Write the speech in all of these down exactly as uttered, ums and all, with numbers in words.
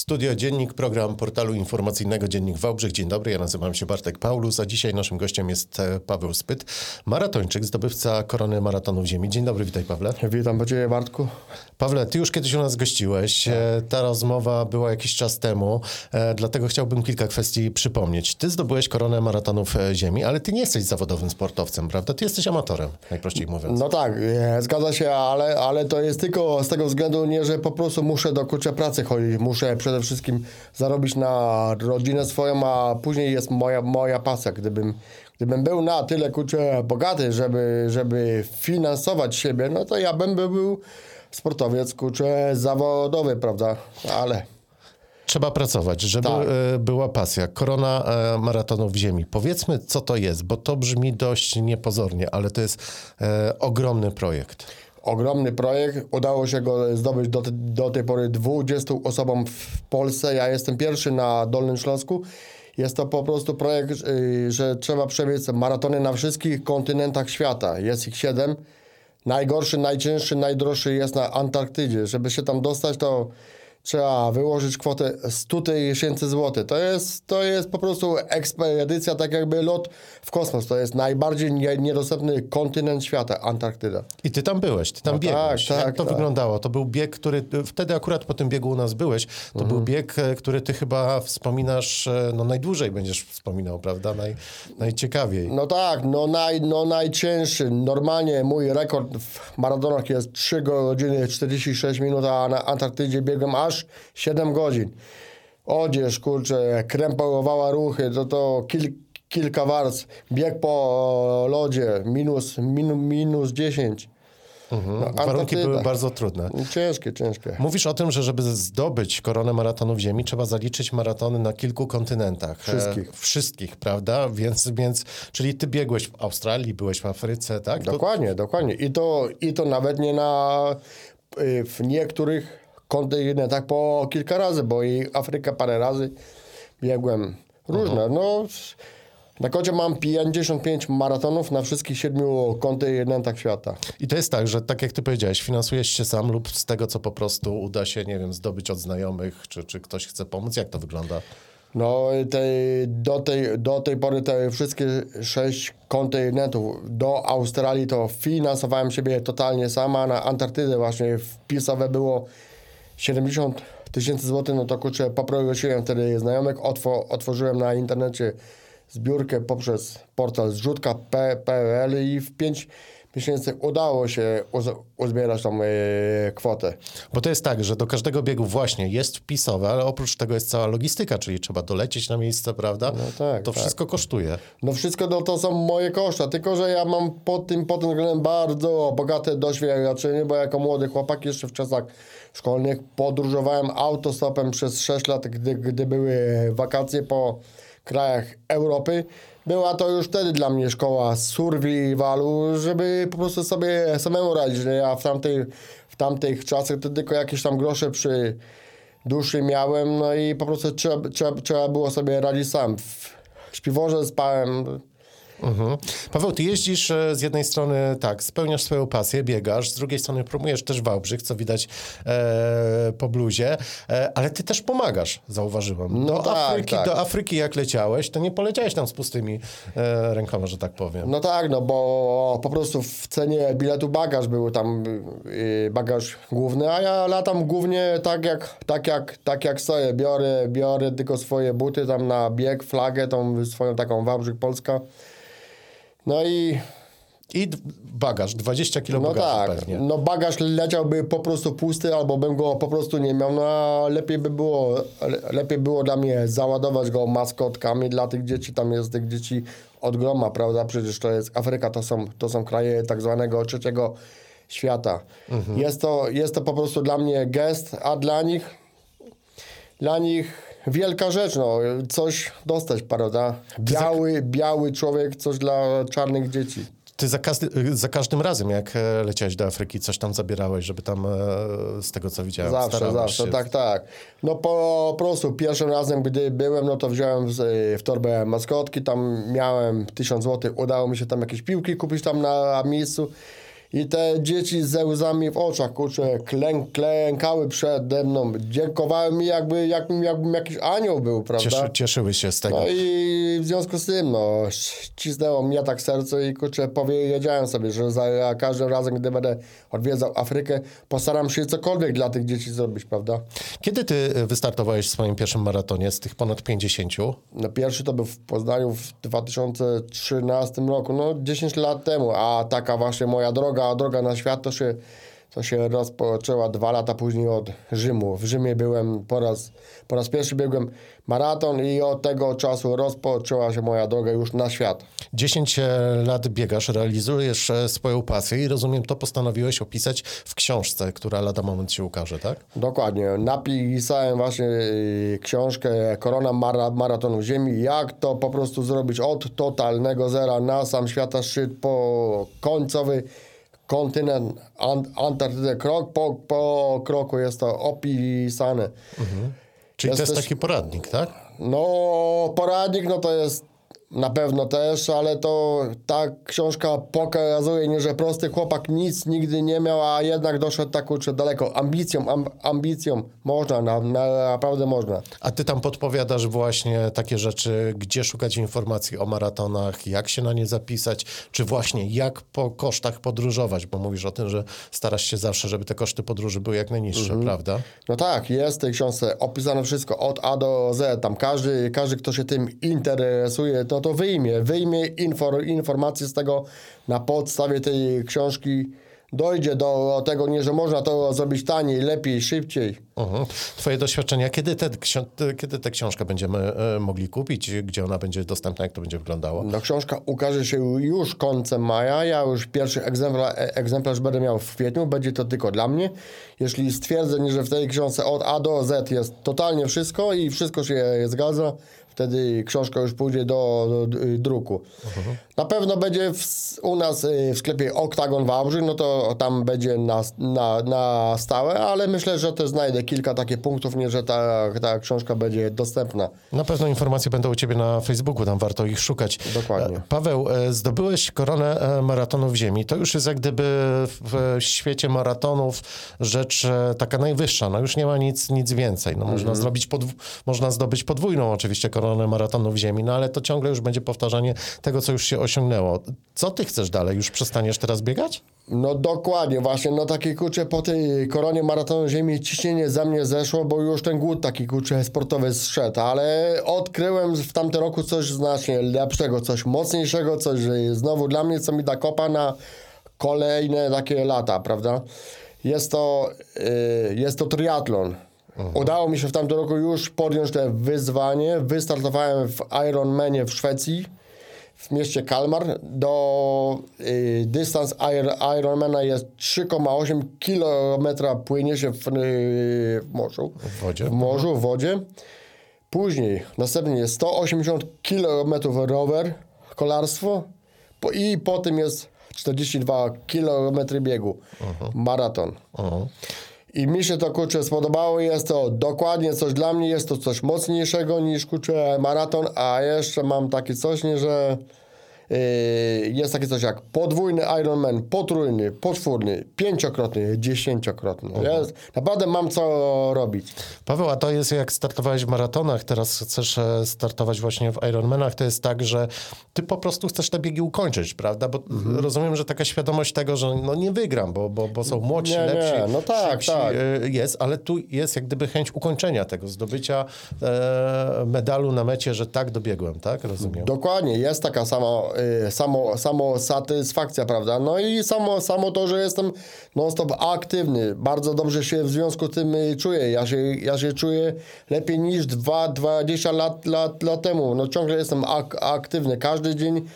Studio Dziennik, program portalu informacyjnego Dziennik Wałbrzych. Dzień dobry, ja nazywam się Bartek Paulus, a dzisiaj naszym gościem jest Paweł Spyt, maratończyk, zdobywca korony maratonu ziemi. Dzień dobry, witaj Pawle. Witam Cię, Bartku. Pawle, ty już kiedyś u nas gościłeś, ta rozmowa była jakiś czas temu, dlatego chciałbym kilka kwestii przypomnieć. Ty zdobyłeś koronę maratonów ziemi, ale ty nie jesteś zawodowym sportowcem, prawda? Ty jesteś amatorem, najprościej mówiąc. No tak, zgadza się, ale, ale to jest tylko z tego względu, nie, że po prostu muszę do kurczę pracy chodzić, muszę przede wszystkim zarobić na rodzinę swoją, a później jest moja, moja pasja. Gdybym, gdybym był na tyle kurczę bogaty, żeby, żeby finansować siebie, no to ja bym był sportowiec kurczę zawodowy, prawda? Ale... Trzeba pracować, żeby tak. była pasja. Korona maratonów ziemi. Powiedzmy, co to jest, bo to brzmi dość niepozornie, ale to jest e, ogromny projekt. Ogromny projekt. Udało się go zdobyć do, do tej pory dwudziestu osobom w Polsce. Ja jestem pierwszy na Dolnym Śląsku. Jest to po prostu projekt, że trzeba przebiec maratony na wszystkich kontynentach świata. Jest ich siedem. Najgorszy, najcięższy, najdroższy jest na Antarktydzie. Żeby się tam dostać, to trzeba wyłożyć kwotę sto tysięcy złotych. To jest, to jest po prostu ekspedycja, tak jakby lot w kosmos. To jest najbardziej nie, niedostępny kontynent świata, Antarktyda. I ty tam byłeś, ty tam no biegłeś. Tak, Jak tak, to tak. wyglądało? To był bieg, który... Wtedy akurat po tym biegu u nas byłeś. To mhm. był bieg, który ty chyba wspominasz, no najdłużej będziesz wspominał, prawda? Naj, najciekawiej. No tak, no, naj, no najcięższy. Normalnie mój rekord w maratonach jest trzy godziny czterdzieści sześć minut, a na Antarktydzie biegłem aż siedem godzin. Odzież, kurczę, krępowała ruchy, to to kil, kilka warstw. Bieg po lodzie, minus, minus, minus dziesięć. Mhm. No, warunki były bardzo trudne. Ciężkie, ciężkie. Mówisz o tym, że żeby zdobyć koronę maratonów ziemi, trzeba zaliczyć maratony na kilku kontynentach. Wszystkich. E, wszystkich, prawda? Więc, więc, czyli ty biegłeś w Australii, byłeś w Afryce, tak? Dokładnie, to... dokładnie. I to, I to nawet nie na... w niektórych kontynentach po kilka razy, bo i Afrykę parę razy biegłem. Różne. Mhm. No, na koncie mam pięćdziesiąt pięć maratonów na wszystkich siedmiu kontynentach świata. I to jest tak, że tak jak ty powiedziałeś, finansujesz się sam lub z tego, co po prostu uda się, nie wiem, zdobyć od znajomych, czy, czy ktoś chce pomóc? Jak to wygląda? No, tej, do, tej, do tej pory te wszystkie sześć kontynentów do Australii to finansowałem siebie totalnie sama. Na Antarktydę właśnie wpisowe było siedemdziesiąt tysięcy złotych, no to kurczę, poprosiłem wtedy znajomych, otwo, otworzyłem na internecie zbiórkę poprzez portal zrzutka kropka pe el i w pięć miesięcy udało się uz, uzbierać tą e, kwotę. Bo to jest tak, że do każdego biegu właśnie jest wpisowe, ale oprócz tego jest cała logistyka, czyli trzeba dolecieć na miejsce, prawda? No tak, to tak. wszystko kosztuje. No wszystko no, to są moje koszta, tylko że ja mam pod tym, pod tym względem bardzo bogate doświadczenie, bo jako młody chłopak jeszcze w czasach szkolnych podróżowałem autostopem przez sześć lat, gdy, gdy były wakacje po krajach Europy. Była to już wtedy dla mnie szkoła survivalu, żeby po prostu sobie samemu radzić. Ja w, tamtej, w tamtych czasach to tylko jakieś tam grosze przy duszy miałem, no i po prostu trzeba, trzeba, trzeba było sobie radzić sam. W śpiworze spałem. Mhm. Paweł, ty jeździsz z jednej strony, tak, spełniasz swoją pasję, biegasz, z drugiej strony promujesz też Wałbrzych, co widać e, po bluzie, e, ale ty też pomagasz, zauważyłem. Do, no tak, Afryki, tak. do Afryki jak leciałeś, to nie poleciałeś tam z pustymi e, rękoma, że tak powiem. No tak, no bo po prostu w cenie biletu bagaż był tam yy, bagaż główny, a ja latam głównie tak jak, tak jak, tak jak stoję. Biorę, biorę tylko swoje buty tam na bieg, flagę, tą swoją taką Wałbrzych Polska. No i... I bagaż, dwadzieścia kilo no bagażu tak, pewnie. No bagaż leciałby po prostu pusty, albo bym go po prostu nie miał, no a lepiej by było, lepiej było dla mnie załadować go maskotkami dla tych dzieci, tam jest tych dzieci od groma, prawda, przecież to jest Afryka, to są, to są kraje tak zwanego trzeciego świata. Mhm. Jest to, jest to po prostu dla mnie gest, a dla nich, dla nich wielka rzecz, no, coś dostać, prawda? Biały, biały człowiek, coś dla czarnych dzieci. Ty za, każdy, za każdym razem, jak leciałeś do Afryki, coś tam zabierałeś, żeby tam, z tego co widziałem, Zawsze, zawsze, się... tak, tak. No po prostu pierwszym razem, gdy byłem, no to wziąłem w, w torbę maskotki, tam miałem tysiąc złotych, udało mi się tam jakieś piłki kupić tam na miejscu i te dzieci ze łzami w oczach, kurczę, klęk, klękały przede mną, dziękowały mi jakby, jakbym, jakbym jakiś anioł był, prawda? Cieszy, cieszyły się z tego. No i w związku z tym, no, cisnęło mnie tak serce i kurczę, powiedziałem sobie, że za każdym razem, gdy będę odwiedzał Afrykę, postaram się cokolwiek dla tych dzieci zrobić, prawda? Kiedy ty wystartowałeś w swoim pierwszym maratonie z tych ponad pięćdziesięciu? No pierwszy to był w Poznaniu w dwa tysiące trzynastym roku, no dziesięć lat temu, a taka właśnie moja droga, droga na świat to się, to się rozpoczęła dwa lata później od Rzymu. W Rzymie byłem po raz, po raz pierwszy biegłem maraton i od tego czasu rozpoczęła się moja droga już na świat. dziesięć lat biegasz, realizujesz swoją pasję i rozumiem, to postanowiłeś opisać w książce, która lada moment się ukaże, tak? Dokładnie. Napisałem właśnie y, książkę Korona Mara, Maratonu Ziemi. Jak to po prostu zrobić od totalnego zera na sam świata szczyt po końcowy kontynent Ant- Antarktydę. Krok po, po kroku jest to opisane. Mhm. Czyli Jest to jest też- taki poradnik, tak? No, poradnik, no to jest na pewno też, ale to ta książka pokazuje, nie, że prosty chłopak nic nigdy nie miał, a jednak doszedł tak kurczę daleko. Ambicją, amb, ambicją można, na, na, naprawdę można. A ty tam podpowiadasz właśnie takie rzeczy, gdzie szukać informacji o maratonach, jak się na nie zapisać, czy właśnie jak po kosztach podróżować, bo mówisz o tym, że starasz się zawsze, żeby te koszty podróży były jak najniższe, Mhm. prawda? No tak, jest w tej książce opisane wszystko od A do Z. Tam każdy, każdy kto się tym interesuje, to to wyjmie, wyjmie infor, informacje z tego. Na podstawie tej książki dojdzie do tego, nie, że można to zrobić taniej, lepiej, szybciej. Mhm. Twoje doświadczenia, kiedy tę kiedy tę książkę będziemy e, mogli kupić, gdzie ona będzie dostępna, jak to będzie wyglądało? No książka ukaże się już końcem maja. Ja już pierwszy egzemplarz, egzemplarz będę miał w kwietniu. Będzie to tylko dla mnie. Jeśli stwierdzę, że w tej książce od A do Z jest totalnie wszystko i wszystko się zgadza, wtedy książka już pójdzie do, do, do druku. Mhm. Na pewno będzie w, u nas w sklepie Oktagon Wałbrzych, no to tam będzie na, na, na stałe, ale myślę, że też znajdę kilka takich punktów, nie, że ta, ta książka będzie dostępna. Na pewno informacje będą u ciebie na Facebooku, tam warto ich szukać. Dokładnie. E, Paweł, e, zdobyłeś koronę e, maratonów ziemi. To już jest jak gdyby w świecie maratonów rzecz e, taka najwyższa. No już nie ma nic, nic więcej. No, można, zrobić podw- można zdobyć podwójną oczywiście koronę maratonów ziemi, no ale to ciągle już będzie powtarzanie tego, co już się osiągnęło. Co ty chcesz dalej? Już przestaniesz teraz biegać? No dokładnie, właśnie, no takie kurczę po tej koronie maratonu ziemi ciśnienie za mnie zeszło, bo już ten głód taki kurczę sportowy zszedł, ale odkryłem w tamtym roku coś znacznie lepszego, coś mocniejszego, coś znowu dla mnie, co mi da kopa na kolejne takie lata, prawda? Jest to, yy, jest to triatlon. Mhm. Udało mi się w tamtym roku już podjąć to wyzwanie, wystartowałem w Ironmanie w Szwecji, w mieście Kalmar. Do y, dystans Ironmana jest trzy przecinek osiem kilometra, płynie się w, y, w morzu. W wodzie. W morzu, w wodzie. Później następnie jest sto osiemdziesiąt kilometrów rower, kolarstwo po, i potem jest czterdzieści dwa kilometry biegu, uh-huh. maraton. Uh-huh. I mi się to, kurczę, spodobało. Jest to dokładnie coś dla mnie. Jest to coś mocniejszego niż, kurczę, maraton. A jeszcze mam takie coś, nie, że yy, jest takie coś jak podwójny Ironman, potrójny, poczwórny, pięciokrotny, dziesięciokrotny. Uh-huh. Jest, naprawdę mam co robić. Paweł, a to jest jak startowałeś w maratonach, teraz chcesz startować właśnie w Ironmanach, to jest tak, że ty po prostu chcesz te biegi ukończyć, prawda? Bo mm-hmm. rozumiem, że taka świadomość tego, że no nie wygram, bo, bo, bo są młodsi, nie, lepsi, nie. No tak, szybsi, tak. jest, ale tu jest jak gdyby chęć ukończenia tego, zdobycia e, medalu na mecie, że tak dobiegłem, tak? Rozumiem. Dokładnie, jest taka sama, y, samo, samo satysfakcja, prawda? No i samo, samo to, że jestem non-stop aktywny, bardzo dobrze się w związku z tym y, czuję. Ja się, ja się czuję lepiej niż dwa, dwadzieścia lat, lat, lat temu. No ciągle jestem ak- aktywny. Każdy dzień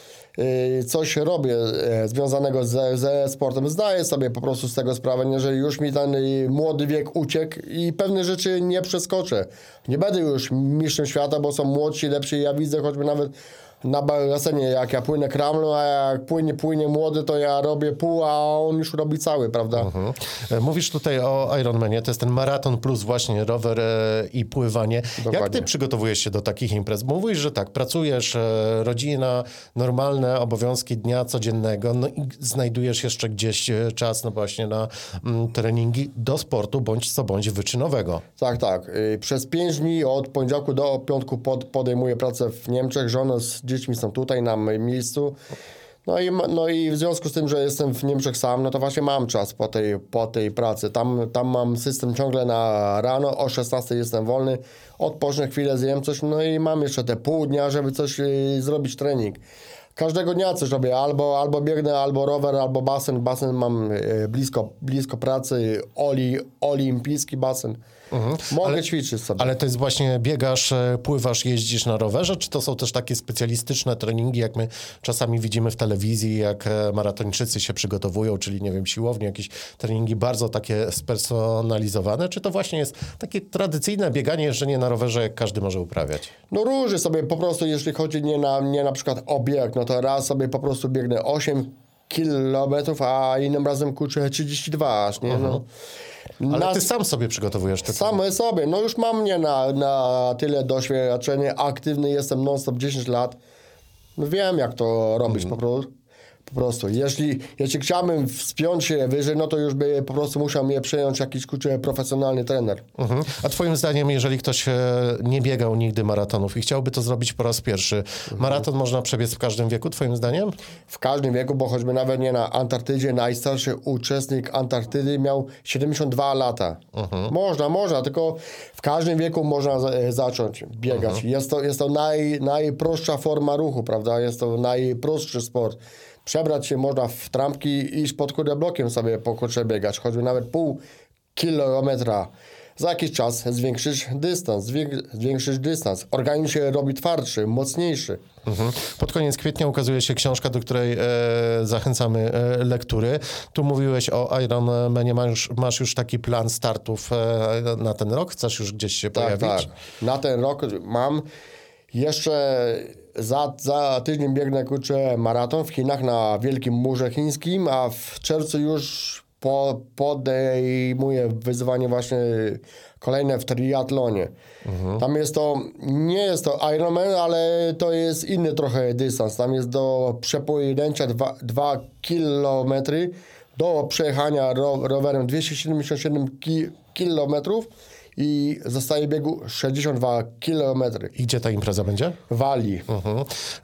y, coś robię y, związanego ze, ze sportem. Zdaję sobie po prostu z tego sprawę, nie, że już mi ten y, młody wiek uciekł i pewne rzeczy nie przeskoczę. Nie będę już mistrzem świata, bo są młodsi, lepsi. Ja widzę choćby nawet na basenie, jak ja płynę kramlą, a jak płynie, płynie młody, to ja robię pół, a on już robi cały, prawda? Mhm. Mówisz tutaj o Ironmanie, to jest ten maraton plus właśnie rower e, i pływanie. Dokładnie. Jak ty przygotowujesz się do takich imprez? Bo mówisz, że tak, pracujesz, e, rodzina, normalne obowiązki dnia codziennego, no i znajdujesz jeszcze gdzieś e, czas no właśnie na mm, treningi do sportu, bądź co bądź wyczynowego. Tak, tak. Y, Przez pięć dni od poniedziałku do piątku pod, podejmuję pracę w Niemczech. Żona z dziećmi są tutaj na moim miejscu. No i, ma- no i w związku z tym, że jestem w Niemczech sam, no to właśnie mam czas po tej, po tej pracy. Tam, tam mam system ciągle na rano, o szesnastej jestem wolny, odpocznę chwilę, zjem coś, no i mam jeszcze te pół dnia, żeby coś y, zrobić trening. Każdego dnia coś robię, albo, albo biegnę, albo rower, albo basen. Basen mam y, blisko, blisko pracy, oli, olimpijski basen. Mhm. Mogę Ale- ćwiczyć sobie. Ale to jest właśnie biegasz, e, pływasz, jeździsz na rowerze, czy to są też takie specjalistyczne treningi, jak my czasami widzimy w telewizji, jak e, maratończycy się przygotowują, czyli nie wiem, siłownie, jakieś treningi bardzo takie spersonalizowane, czy to właśnie jest takie tradycyjne bieganie, jeżdżenie na rowerze, jak każdy może uprawiać? No różnie sobie po prostu, jeśli chodzi nie na, nie na przykład o bieg, no to raz sobie po prostu biegnę osiem kilometrów, a innym razem kurczę trzydzieści dwa aż, nie? No. Ale Na- ty sam sobie przygotowujesz te Same sobie, no już mam nie na, na tyle doświadczenie, aktywny jestem non-stop dziesięć lat, no wiem jak to robić po prostu. Po prostu, jeśli, jeśli chciałbym wspiąć się wyżej, no to już by po prostu musiał mnie przejąć jakiś kurczę profesjonalny trener. Mhm. A twoim zdaniem, jeżeli ktoś e, nie biegał nigdy maratonów i chciałby to zrobić po raz pierwszy, maraton można przebiec w każdym wieku, twoim zdaniem? W każdym wieku, bo choćby nawet nie na Antarktydzie, najstarszy uczestnik Antarktydy miał siedemdziesiąt dwa lata. Można, można, tylko w każdym wieku można za, zacząć biegać. Jest to, jest to naj, najprostsza forma ruchu, prawda? Jest to najprostszy sport. Przebrać się można w trampki i iść pod kurde blokiem sobie po kurcze biegać, choćby nawet pół kilometra. Za jakiś czas zwiększysz dystans, zwię- zwiększysz dystans. Organizm się robi twardszy, mocniejszy. Mhm. Pod koniec kwietnia ukazuje się książka, do której e, zachęcamy e, lektury. Tu mówiłeś o Ironmanie, masz, masz już taki plan startów e, na ten rok? Chcesz już gdzieś się Tak, pojawić? tak. Na ten rok mam jeszcze za, za tydzień biegnę kurczę maraton w Chinach na Wielkim Murze Chińskim, a w czerwcu już po, podejmuję wyzwanie właśnie kolejne w triatlonie. Tam jest to, nie jest to Ironman, ale to jest inny trochę dystans. Tam jest do przepłynięcia dwa kilometry, do przejechania ro, rowerem dwieście siedemdziesiąt siedem ki, kilometrów i zostaje biegu sześćdziesiąt dwa kilometry. I gdzie ta impreza będzie? Walii. Mhm.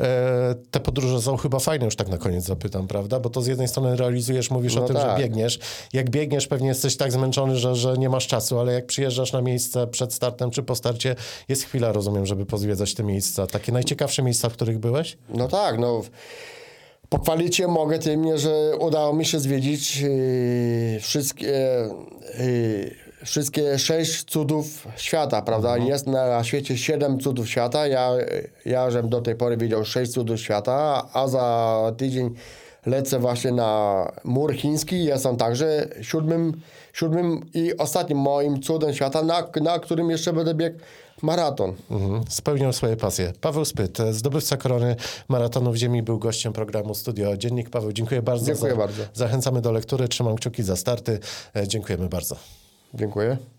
E, te podróże są chyba fajne, już tak na koniec zapytam, prawda? Bo to z jednej strony realizujesz, mówisz No o tym, tak. że biegniesz. Jak biegniesz, pewnie jesteś tak zmęczony, że, że nie masz czasu, ale jak przyjeżdżasz na miejsce przed startem czy po starcie, jest chwila, rozumiem, żeby pozwiedzać te miejsca. Takie najciekawsze miejsca, w których byłeś? No tak, no. Pochwalić się mogę tym, że udało mi się zwiedzić yy, wszystkie, yy, wszystkie sześć cudów świata, prawda? Jest na świecie siedem cudów świata. Ja, ja żem do tej pory widział sześć cudów świata, a za tydzień lecę właśnie na mur chiński. Jestem także siódmym, siódmym i ostatnim moim cudem świata, na, na którym jeszcze będę biegł maraton. Mhm. Spełniał swoje pasje. Paweł Spyt, zdobywca korony maratonów ziemi, był gościem programu Studio Dziennik. Paweł, dziękuję bardzo. Dziękuję za, bardzo. Zachęcamy do lektury, trzymam kciuki za starty. E, Dziękujemy bardzo. Dziękuję.